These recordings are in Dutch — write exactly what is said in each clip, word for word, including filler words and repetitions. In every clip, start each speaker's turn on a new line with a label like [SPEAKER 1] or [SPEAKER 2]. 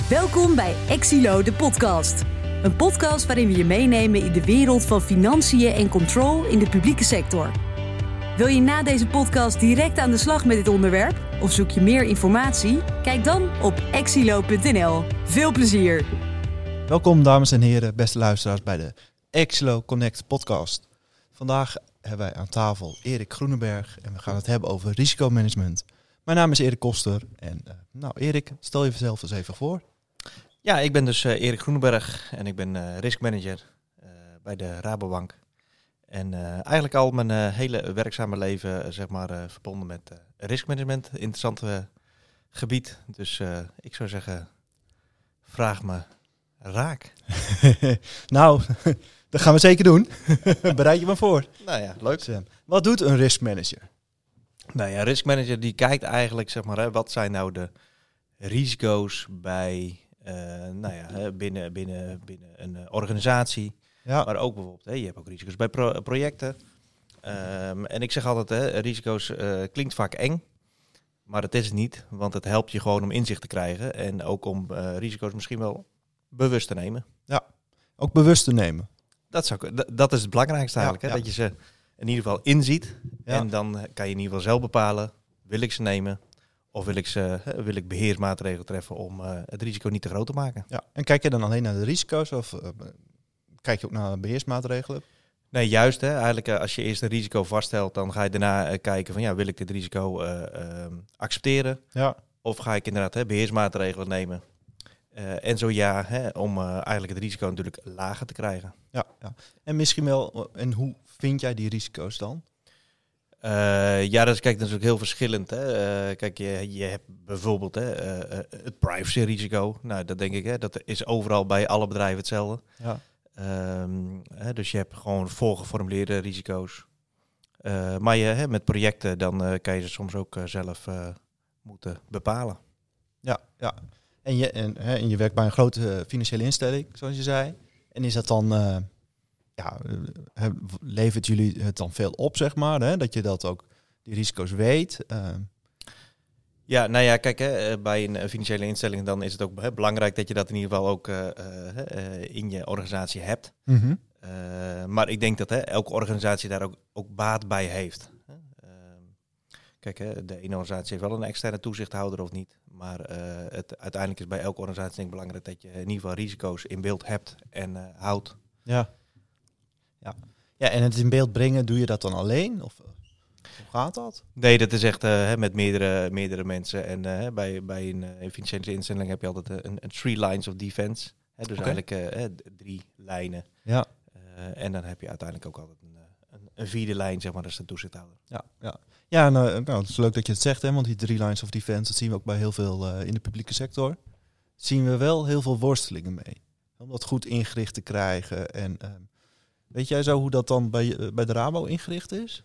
[SPEAKER 1] Welkom bij Exilo, de podcast. Een podcast waarin we je meenemen in de wereld van financiën en control in de publieke sector. Wil je na deze podcast direct aan de slag met dit onderwerp? Of zoek je meer informatie? Kijk dan op exilo punt n l. Veel plezier!
[SPEAKER 2] Welkom dames en heren, beste luisteraars bij de Exilo Connect podcast. Vandaag hebben wij aan tafel Erik Groeneberg en we gaan het hebben over risicomanagement. Mijn naam is Erik Koster en uh, nou Erik, stel je jezelf eens even voor.
[SPEAKER 3] Ja, ik ben dus uh, Erik Groeneberg en ik ben uh, riskmanager uh, bij de Rabobank. En uh, eigenlijk al mijn uh, hele werkzame leven uh, zeg maar uh, verbonden met uh, riskmanagement. Interessant uh, gebied. Dus uh, ik zou zeggen, vraag me raak.
[SPEAKER 2] Nou, dat gaan we zeker doen. Bereid je maar voor.
[SPEAKER 3] Nou ja, leuk.
[SPEAKER 2] Dus, uh, wat doet een riskmanager?
[SPEAKER 3] Nou ja, riskmanager die kijkt eigenlijk, zeg maar, hè, wat zijn nou de risico's bij, uh, nou ja, binnen, binnen, binnen een uh, organisatie.
[SPEAKER 2] Ja.
[SPEAKER 3] Maar ook bijvoorbeeld, hè, je hebt ook risico's bij pro- projecten. Um, en ik zeg altijd, hè, risico's uh, klinkt vaak eng, maar dat is het niet. Want het helpt je gewoon om inzicht te krijgen en ook om uh, risico's misschien wel bewust te nemen.
[SPEAKER 2] Ja, ook bewust te nemen.
[SPEAKER 3] Dat, zou, d- dat is het belangrijkste eigenlijk,
[SPEAKER 2] Ja,
[SPEAKER 3] hè,
[SPEAKER 2] ja.
[SPEAKER 3] dat je ze in ieder geval inziet.
[SPEAKER 2] Ja.
[SPEAKER 3] En dan kan je in ieder geval zelf bepalen, wil ik ze nemen of wil ik, ze, hè, wil ik beheersmaatregelen treffen om uh, het risico niet te groot te maken.
[SPEAKER 2] Ja. En kijk je dan alleen naar de risico's of uh, kijk je ook naar beheersmaatregelen?
[SPEAKER 3] Nee, juist. Hè. Eigenlijk uh, als je eerst een risico vaststelt, dan ga je daarna uh, kijken van ja, wil ik dit risico uh, uh, accepteren?
[SPEAKER 2] Ja.
[SPEAKER 3] Of ga ik inderdaad hè, beheersmaatregelen nemen? Uh, en zo ja, hè, om uh, eigenlijk het risico natuurlijk lager te krijgen.
[SPEAKER 2] Ja, ja. En misschien wel, en hoe vind jij die risico's dan?
[SPEAKER 3] Uh, ja, dat is kijk, natuurlijk heel verschillend. Hè. Uh, kijk, je, je hebt bijvoorbeeld hè, uh, het privacyrisico. Nou, dat denk ik, hè, dat is overal bij alle bedrijven hetzelfde.
[SPEAKER 2] Ja.
[SPEAKER 3] Um, hè, dus je hebt gewoon voorgeformuleerde risico's. Uh, maar je, hè, met projecten dan uh, kan je ze soms ook uh, zelf uh, moeten bepalen.
[SPEAKER 2] Ja, ja. En je, en, hè, en je werkt bij een grote financiële instelling, zoals je zei. En is dat dan, uh, ja, uh, levert jullie het dan veel op, zeg maar, hè? Dat je dat ook, die risico's weet? Uh.
[SPEAKER 3] Ja, nou ja, kijk, hè, bij een financiële instelling dan is het ook hè, belangrijk dat je dat in ieder geval ook uh, uh, in je organisatie hebt.
[SPEAKER 2] Mm-hmm.
[SPEAKER 3] Uh, maar ik denk dat hè, elke organisatie daar ook, ook baat bij heeft. Uh, kijk, hè, de ene organisatie heeft wel een externe toezichthouder of niet. Maar uh, het, uiteindelijk is bij elke organisatie denk ik belangrijk dat je in ieder geval risico's in beeld hebt en uh, houdt.
[SPEAKER 2] Ja. Ja. Ja, en het in beeld brengen, doe je dat dan alleen? Of uh, hoe gaat dat?
[SPEAKER 3] Nee, dat is echt uh, hè, met meerdere, meerdere mensen. En uh, bij, bij een, uh, een financiële instelling heb je altijd een, een three lines of defense. Hè, dus
[SPEAKER 2] Okay.
[SPEAKER 3] eigenlijk uh, d- drie lijnen.
[SPEAKER 2] Ja.
[SPEAKER 3] Uh, en dan heb je uiteindelijk ook altijd een, een, een vierde lijn, zeg maar, dat is de toezichthouder.
[SPEAKER 2] Ja, ja. Ja, nou, nou, het is leuk dat je het zegt, hè, want die three lines of defense, dat zien we ook bij heel veel uh, in de publieke sector. Zien we wel heel veel worstelingen mee. Om dat goed ingericht te krijgen. En uh, weet jij zo hoe dat dan bij, uh, bij de Rabo ingericht is?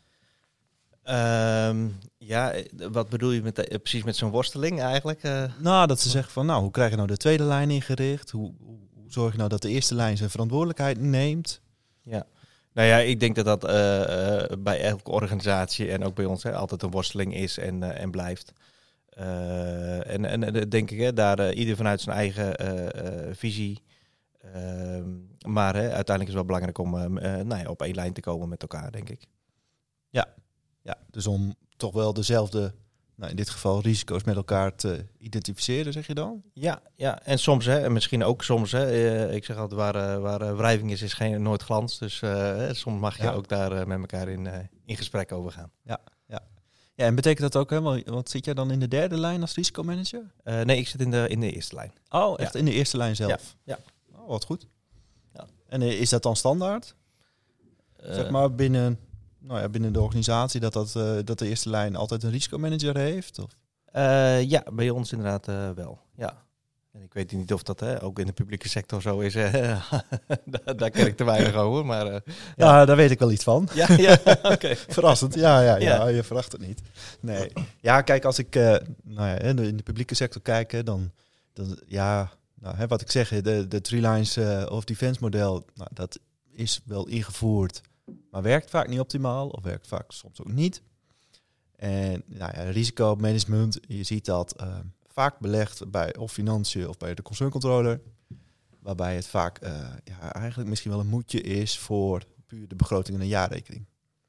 [SPEAKER 3] Um, ja, wat bedoel je met de, precies met zo'n worsteling eigenlijk? Uh,
[SPEAKER 2] Nou, dat ze zeggen van, nou, hoe krijg je nou de tweede lijn ingericht? Hoe, hoe, hoe zorg je nou dat de eerste lijn zijn verantwoordelijkheid neemt?
[SPEAKER 3] ja. Nou ja, ik denk dat dat uh, uh, bij elke organisatie en ook bij ons hè, altijd een worsteling is en, uh, en blijft. Uh, en, en uh, denk ik, hè, daar uh, ieder vanuit zijn eigen uh, uh, visie. Uh, maar hè, uiteindelijk is het wel belangrijk om uh, uh, nou ja, op één lijn te komen met elkaar, denk ik.
[SPEAKER 2] Ja, ja, dus om toch wel dezelfde, nou in dit geval risico's met elkaar te identificeren, zeg je dan?
[SPEAKER 3] Ja, ja, en soms, hè, en misschien ook soms, hè, uh, ik zeg altijd, waar, uh, waar uh, wrijving is, is geen, nooit glans. Dus uh, soms mag je
[SPEAKER 2] Ja.
[SPEAKER 3] ook daar uh, met elkaar in, uh, in gesprek over gaan.
[SPEAKER 2] Ja, ja. Ja, en betekent dat ook helemaal, want zit jij dan in de derde lijn als risicomanager?
[SPEAKER 3] Uh, nee, ik zit in de, in de eerste lijn.
[SPEAKER 2] Oh, echt
[SPEAKER 3] Ja.
[SPEAKER 2] in de eerste lijn zelf?
[SPEAKER 3] Ja.
[SPEAKER 2] Oh, wat goed.
[SPEAKER 3] Ja.
[SPEAKER 2] En uh, is dat dan standaard?
[SPEAKER 3] Uh,
[SPEAKER 2] zeg maar binnen, nou ja, binnen de organisatie dat, dat, uh, dat de eerste lijn altijd een risicomanager heeft? Of?
[SPEAKER 3] Uh, ja, bij ons inderdaad uh, wel. Ja. En ik weet niet of dat hè, ook in de publieke sector zo is. Uh, daar, daar ken ik te weinig over. Maar, uh,
[SPEAKER 2] Ja,
[SPEAKER 3] ja.
[SPEAKER 2] daar weet ik wel iets van.
[SPEAKER 3] Ja, ja, oké. Okay.
[SPEAKER 2] Verrassend, ja, ja, ja,
[SPEAKER 3] Ja.
[SPEAKER 2] je verwacht het niet. Nee. Ja, kijk, als ik uh, nou ja, in de, in de publieke sector kijk, hè, dan, dan, ja, nou, hè, wat ik zeg, de, de three lines uh, of defense model, nou, dat is wel ingevoerd, maar werkt vaak niet optimaal, of werkt vaak soms ook niet. En nou ja, risicomanagement, je ziet dat uh, vaak belegd bij of financiën of bij de concerncontroller. Waarbij het vaak uh, ja, eigenlijk misschien wel een moedje is voor puur de begroting en een jaarrekening.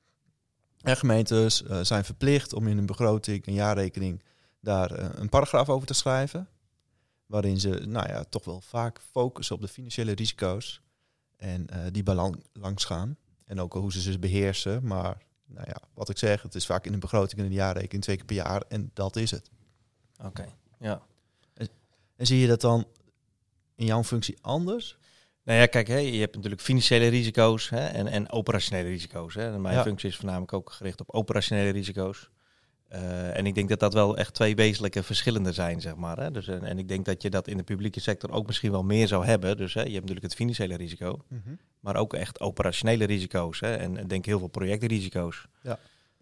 [SPEAKER 2] En gemeentes uh, zijn verplicht om in een begroting en jaarrekening daar uh, een paragraaf over te schrijven. Waarin ze nou ja, toch wel vaak focussen op de financiële risico's. En uh, die balans langs gaan. En ook hoe ze ze beheersen. Maar nou ja, wat ik zeg, het is vaak in een begroting en een jaarrekening twee keer per jaar. En dat is het.
[SPEAKER 3] Oké, okay, ja.
[SPEAKER 2] En, en zie je dat dan in jouw functie anders?
[SPEAKER 3] Nou ja, kijk, hè, je hebt natuurlijk financiële risico's hè, en, en operationele risico's. Hè. En mijn ja. functie is voornamelijk ook gericht op operationele risico's. Uh, en ik denk dat dat wel echt twee wezenlijke verschillende zijn, zeg maar. Hè. Dus, en, en ik denk dat je dat in de publieke sector ook misschien wel meer zou hebben. Dus hè, je hebt natuurlijk het financiële risico, mm-hmm. maar ook echt operationele risico's. Hè. En ik denk heel veel projectrisico's. Ja.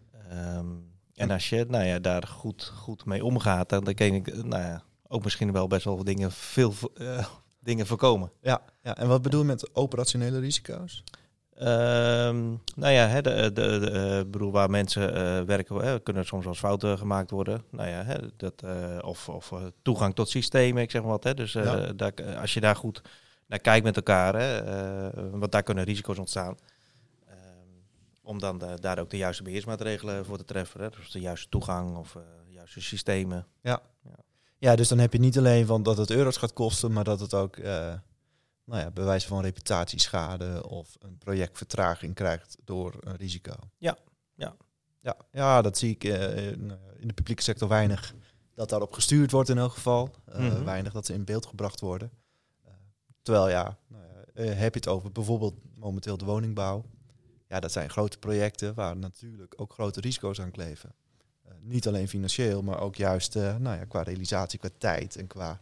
[SPEAKER 3] Um, en als je nou ja, daar goed, goed mee omgaat, dan, dan kan ik nou ja, ook misschien wel best wel dingen, veel uh, dingen voorkomen.
[SPEAKER 2] Ja, ja, en wat bedoel je met operationele risico's?
[SPEAKER 3] Um, nou ja, hè, de, de, de, uh, bedoel, waar mensen uh, werken, hè, kunnen soms wel eens fouten gemaakt worden. Nou ja, hè, dat, uh, of, of uh, toegang tot systemen, ik zeg maar wat. Hè. Dus uh, ja. daar, als je daar goed naar kijkt met elkaar, hè, uh, want daar kunnen risico's ontstaan. Uh, om dan de, daar ook de juiste beheersmaatregelen voor te treffen. Hè. Dus de juiste toegang of uh, de juiste systemen.
[SPEAKER 2] Ja. Ja. ja, dus dan heb je niet alleen van dat het euro's gaat kosten, maar dat het ook... Uh, Nou ja, bij wijze van reputatieschade of een projectvertraging krijgt door een risico.
[SPEAKER 3] Ja, ja.
[SPEAKER 2] Ja, ja dat zie ik uh, in de publieke sector weinig dat daarop gestuurd wordt in elk geval. Uh, mm-hmm. Weinig dat ze in beeld gebracht worden. Uh, terwijl ja, nou ja uh, heb je het over bijvoorbeeld momenteel de woningbouw. Ja, dat zijn grote projecten waar natuurlijk ook grote risico's aan kleven. Uh, niet alleen financieel, maar ook juist uh, nou ja, qua realisatie, qua tijd en qua...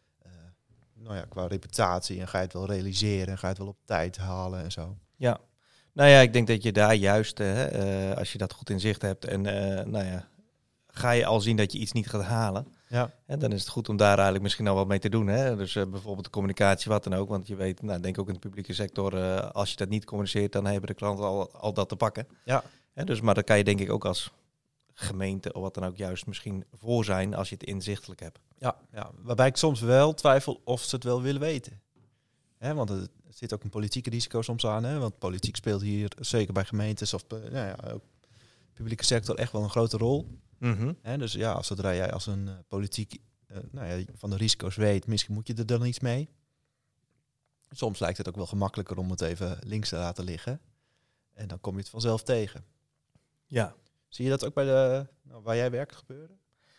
[SPEAKER 2] Nou ja, qua reputatie en ga je het wel realiseren en ga je het wel op tijd halen en zo.
[SPEAKER 3] Ja, nou ja, ik denk dat je daar juist, uh, uh, als je dat goed in zicht hebt en uh, nou ja, ga je al zien dat je iets niet gaat halen. Ja. En dan is het goed om daar eigenlijk misschien al wat mee te doen. Hè? Dus uh, bijvoorbeeld de communicatie, wat dan ook. Want je weet, nou, denk ook in de publieke sector, uh, als je dat niet communiceert, dan hebben de klanten al, al dat te pakken. Ja. En dus, maar dan kan je denk ik ook als gemeente of wat dan ook juist misschien voor zijn als je het inzichtelijk hebt.
[SPEAKER 2] Ja, ja, waarbij ik soms wel twijfel of ze het wel willen weten. Hè, want er zit ook een politieke risico soms aan. Hè, want politiek speelt hier zeker bij gemeentes of nou ja, ook publieke sector echt wel een grote rol. Mm-hmm. Hè, dus ja, als zodra jij als een uh, politiek uh, nou ja, van de risico's weet, misschien moet je er dan iets mee. Soms lijkt het ook wel gemakkelijker om het even links te laten liggen. En dan kom je het vanzelf tegen.
[SPEAKER 3] Ja.
[SPEAKER 2] Zie je dat ook bij de nou, waar jij werkt gebeuren?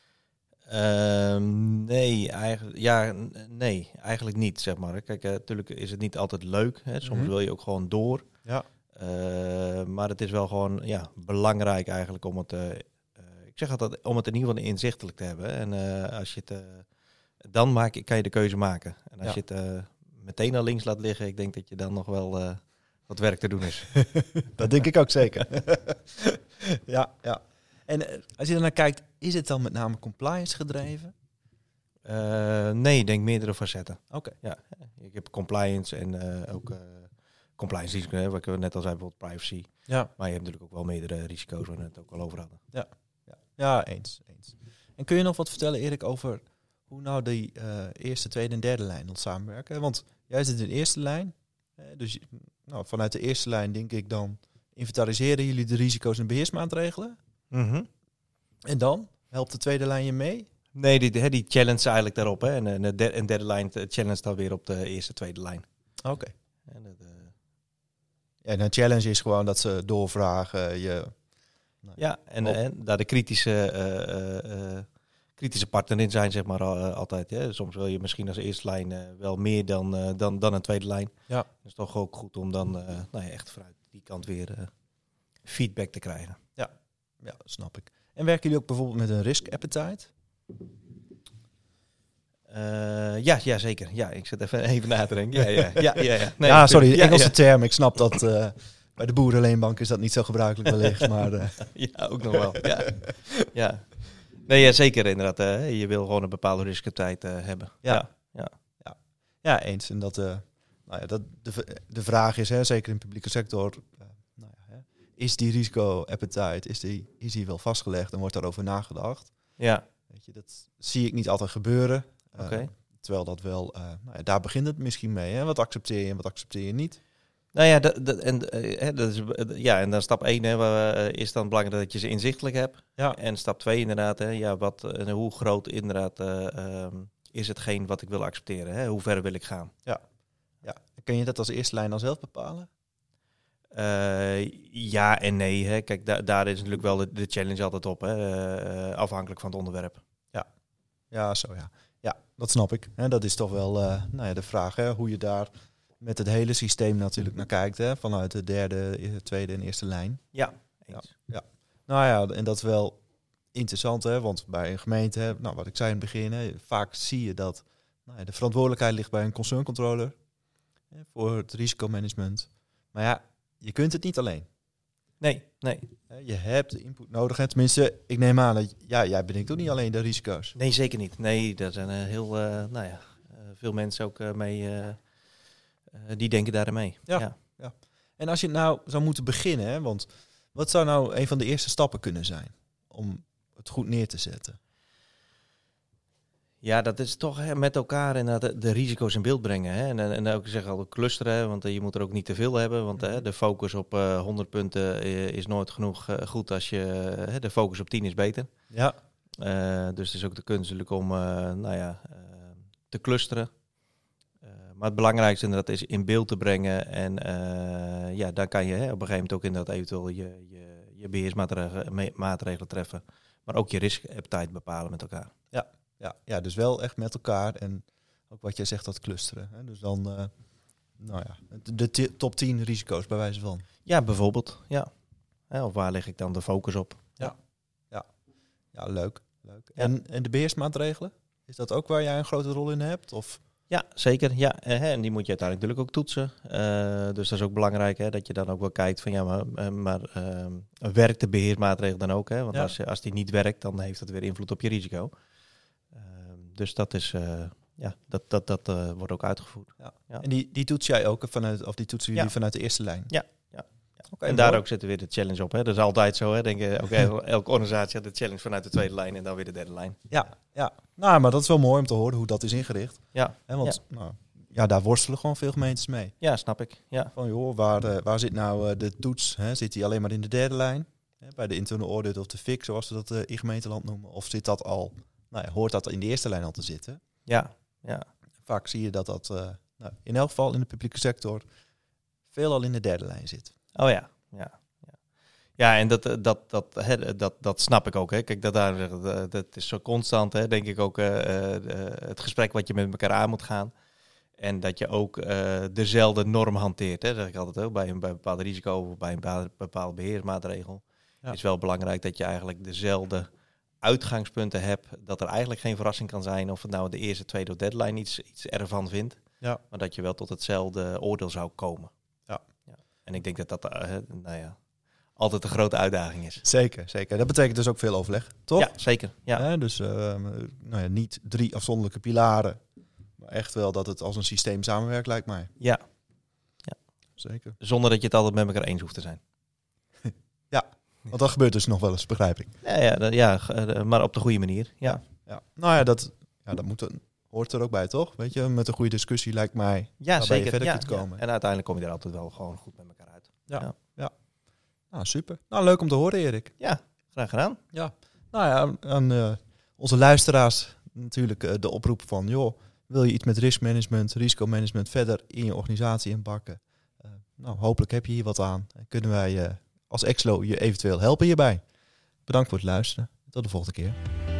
[SPEAKER 3] Uh, nee, eigenlijk, ja, nee, eigenlijk niet, zeg maar. Kijk, uh, natuurlijk is het niet altijd leuk. Hè. Soms mm-hmm. wil je ook gewoon door. Ja. Uh, maar het is wel gewoon ja, belangrijk eigenlijk om het, uh, uh, ik zeg altijd, om het in ieder geval inzichtelijk te hebben. En uh, als je het, uh, dan maak, kan je de keuze maken. En als ja. je het uh, meteen al links laat liggen, ik denk dat je dan nog wel uh, wat werk te doen is.
[SPEAKER 2] Dat denk ik ook zeker. ja, ja. En uh, als je er naar kijkt, is het dan met name compliance gedreven?
[SPEAKER 3] Uh, nee, ik denk meerdere facetten.
[SPEAKER 2] Oké. Okay.
[SPEAKER 3] Ja, ik heb compliance en uh, ook uh, compliance risico's, wat ik net al zei, bijvoorbeeld privacy. Ja. Maar je hebt natuurlijk ook wel meerdere risico's waar we het ook al over hadden.
[SPEAKER 2] Ja, ja. ja eens, eens. En kun je nog wat vertellen, Erik, over hoe nou die uh, eerste, tweede en derde lijn ons samenwerken? Want jij zit in de eerste lijn. Dus nou, vanuit de eerste lijn denk ik dan inventariseren jullie de risico's en beheersmaatregelen. Mm-hmm. En dan? Helpt de tweede lijn je mee?
[SPEAKER 3] Nee, die, die challenge eigenlijk daarop. Hè. En de derde, en derde lijn challenge dan weer op de eerste, tweede lijn.
[SPEAKER 2] Oké. Okay. En, uh... ja, een challenge is gewoon dat ze doorvragen. Je...
[SPEAKER 3] Nou, ja, en, en daar de kritische, uh, uh, uh, kritische partner in zijn, zeg maar, uh, altijd. Hè. Soms wil je misschien als eerste lijn uh, wel meer dan, uh, dan, dan een tweede lijn. Ja. Het is toch ook goed om dan uh, nou ja, echt vanuit die kant weer uh, feedback te krijgen.
[SPEAKER 2] Ja. Ja, snap ik. En werken jullie ook bijvoorbeeld met een risk appetite?
[SPEAKER 3] Uh, ja, ja, zeker. Ja, ik zit even, even na te denken. Ja, ja, ja, ja, ja. Nee,
[SPEAKER 2] ja sorry, ja, Engelse ja. term. Ik snap dat uh, bij de boerenleenbank is dat niet zo gebruikelijk wellicht. maar, uh.
[SPEAKER 3] Ja, ook nog wel. Ja, ja. Nee, ja, zeker inderdaad. Uh, je wil gewoon een bepaalde risk appetite uh, hebben.
[SPEAKER 2] Ja, ja. Ja. Ja. ja, eens. En dat, uh, nou ja, dat de, de vraag is, hè, zeker in de publieke sector... Is die risico-appetite, is die, is die wel vastgelegd en wordt daarover nagedacht?
[SPEAKER 3] Ja.
[SPEAKER 2] Weet je, dat zie ik niet altijd gebeuren. Uh,
[SPEAKER 3] Okay.
[SPEAKER 2] Terwijl dat wel, uh, nou ja, daar begint het misschien mee. Hè? Wat accepteer je en wat accepteer je niet?
[SPEAKER 3] Nou ja, dat, dat, en, uh, dat is, uh, ja, en dan stap één hè, waar, uh, is dan belangrijk dat je ze inzichtelijk hebt.
[SPEAKER 2] Ja.
[SPEAKER 3] En stap twee inderdaad, hè, ja, wat, uh, hoe groot inderdaad uh, um, is hetgeen wat ik wil accepteren? Hè? Hoe ver wil ik gaan?
[SPEAKER 2] Ja. Ja. Kun je dat als eerste lijn dan zelf bepalen?
[SPEAKER 3] Uh, ja en nee. Hè. Kijk, da- daar is natuurlijk wel de, de challenge altijd op. Hè. Uh, afhankelijk van het onderwerp.
[SPEAKER 2] Ja, ja zo ja. Ja, dat snap ik. Hè, dat is toch wel uh, nou ja, de vraag, hè, hoe je daar met het hele systeem natuurlijk naar kijkt. Hè, vanuit de derde, tweede en eerste lijn.
[SPEAKER 3] Ja, eens.
[SPEAKER 2] Ja, ja. Nou ja, en dat is wel interessant, hè, want bij een gemeente, hè, nou, wat ik zei in het begin, hè, vaak zie je dat nou ja, de verantwoordelijkheid ligt bij een concerncontroller hè, voor het risicomanagement. Maar ja, je kunt het niet alleen.
[SPEAKER 3] Nee, nee.
[SPEAKER 2] Je hebt de input nodig. Hè. Tenminste, ik neem aan dat ja, jij bedenkt ook niet alleen de risico's.
[SPEAKER 3] Nee, zeker niet. Nee, daar zijn uh, heel uh, nou ja, uh, veel mensen ook uh, mee, uh, uh, die denken daarin mee.
[SPEAKER 2] Ja,
[SPEAKER 3] ja.
[SPEAKER 2] ja. En als je nou zou moeten beginnen, hè, want wat zou nou een van de eerste stappen kunnen zijn om het goed neer te zetten?
[SPEAKER 3] Ja, dat is toch hè, met elkaar en de, de risico's in beeld brengen. Hè. En, en ook zeg al clusteren, hè, want uh, je moet er ook niet te veel hebben. Want uh, de focus op uh, honderd punten uh, is nooit genoeg uh, goed als je uh, de focus op tien is beter.
[SPEAKER 2] Ja.
[SPEAKER 3] Uh, dus het is ook de kunst natuurlijk om uh, nou ja, uh, te clusteren. Uh, maar het belangrijkste inderdaad is in beeld te brengen. En uh, ja, dan kan je hè, op een gegeven moment ook inderdaad eventueel je, je, je beheersmaatregelen maatregelen treffen. Maar ook je risk-appetite bepalen met elkaar.
[SPEAKER 2] Ja. Ja, ja, dus wel echt met elkaar en ook wat jij zegt, dat clusteren. Hè? Dus dan, uh, nou ja, de t- top tien risico's bij wijze van.
[SPEAKER 3] Ja, bijvoorbeeld, ja. ja. Of waar leg ik dan de focus op?
[SPEAKER 2] Ja, ja. ja leuk. leuk. Ja. En, en de beheersmaatregelen, is dat ook waar jij een grote rol in hebt? Of?
[SPEAKER 3] Ja, zeker. Ja, en die moet je uiteindelijk natuurlijk ook toetsen. Uh, dus dat is ook belangrijk, hè, dat je dan ook wel kijkt van ja, maar, maar uh, werkt de beheersmaatregel dan ook? Hè? Want ja. als, als die niet werkt, dan heeft dat weer invloed op je risico. Dus dat is, uh, ja, dat, dat, dat uh, wordt ook uitgevoerd.
[SPEAKER 2] Ja.
[SPEAKER 3] Ja.
[SPEAKER 2] En die, die toets jij ook vanuit, of die toetsen jullie
[SPEAKER 3] ja.
[SPEAKER 2] vanuit de eerste lijn?
[SPEAKER 3] Ja. ja. ja.
[SPEAKER 2] Okay,
[SPEAKER 3] en
[SPEAKER 2] mooi.
[SPEAKER 3] daar ook zitten weer de challenge op. Hè. Dat is altijd zo. Hè. Denk, okay, elke organisatie had de challenge vanuit de tweede lijn en dan weer de derde lijn.
[SPEAKER 2] Ja, ja. Nou, maar dat is wel mooi om te horen hoe dat is ingericht.
[SPEAKER 3] Ja.
[SPEAKER 2] Hè, want
[SPEAKER 3] ja.
[SPEAKER 2] Nou, ja, daar worstelen gewoon veel gemeentes mee.
[SPEAKER 3] Ja, snap ik. Ja.
[SPEAKER 2] Van joh, waar, uh, waar zit nou uh, de toets? Hè? Zit die alleen maar in de derde lijn? Hè? Bij de internal audit of de F I C, zoals we dat uh, in gemeenteland noemen? Of zit dat al, nou ja, hoort dat in de eerste lijn al te zitten?
[SPEAKER 3] Ja, ja.
[SPEAKER 2] Vaak zie je dat dat uh, nou, in elk geval in de publieke sector veelal in de derde lijn zit.
[SPEAKER 3] Oh ja, ja. Ja, ja en dat, dat, dat, hè, dat, dat snap ik ook. Hè. Kijk, dat, daar, dat is zo constant, hè, denk ik ook, uh, uh, het gesprek wat je met elkaar aan moet gaan. En dat je ook uh, dezelfde norm hanteert. Hè. Dat zeg ik altijd ook, bij een, bij een bepaald risico of bij een bepaalde beheersmaatregel. Ja. Is wel belangrijk dat je eigenlijk dezelfde uitgangspunten hebt, dat er eigenlijk geen verrassing kan zijn of het nou de eerste, tweede of deadline iets, iets ervan vindt.
[SPEAKER 2] Ja.
[SPEAKER 3] Maar dat je wel tot hetzelfde oordeel zou komen.
[SPEAKER 2] Ja.
[SPEAKER 3] Ja. En ik denk dat dat uh, nou ja, altijd een grote uitdaging is.
[SPEAKER 2] Zeker, zeker. Dat betekent dus ook veel overleg, toch?
[SPEAKER 3] Ja, zeker. Ja.
[SPEAKER 2] Hè, dus uh, nou ja, niet drie afzonderlijke pilaren, maar echt wel dat het als een systeem samenwerkt, lijkt mij.
[SPEAKER 3] Ja. Ja.
[SPEAKER 2] Zeker.
[SPEAKER 3] Zonder dat je het altijd met elkaar eens hoeft te zijn.
[SPEAKER 2] Ja. Want dat gebeurt dus nog wel eens, begrijp ik.
[SPEAKER 3] Ja, ja, dat, ja maar op de goede manier. Ja.
[SPEAKER 2] Ja, ja. Nou ja, dat, ja, dat moet er, hoort er ook bij, toch? Weet je, met een goede discussie lijkt mij
[SPEAKER 3] ja, zeker.
[SPEAKER 2] je verder
[SPEAKER 3] ja,
[SPEAKER 2] kunt komen.
[SPEAKER 3] Ja. En uiteindelijk kom je er altijd wel gewoon goed met elkaar uit.
[SPEAKER 2] Ja, ja.
[SPEAKER 3] ja.
[SPEAKER 2] Nou, super. Nou, leuk om te horen, Erik.
[SPEAKER 3] Ja, graag gedaan.
[SPEAKER 2] Ja. Nou ja, aan uh, onze luisteraars natuurlijk uh, de oproep van, joh, wil je iets met riskmanagement, risicomanagement verder in je organisatie inpakken? Uh, nou, hopelijk heb je hier wat aan. En kunnen wij uh, als Exlo je eventueel helpen hierbij. Bedankt voor het luisteren. Tot de volgende keer.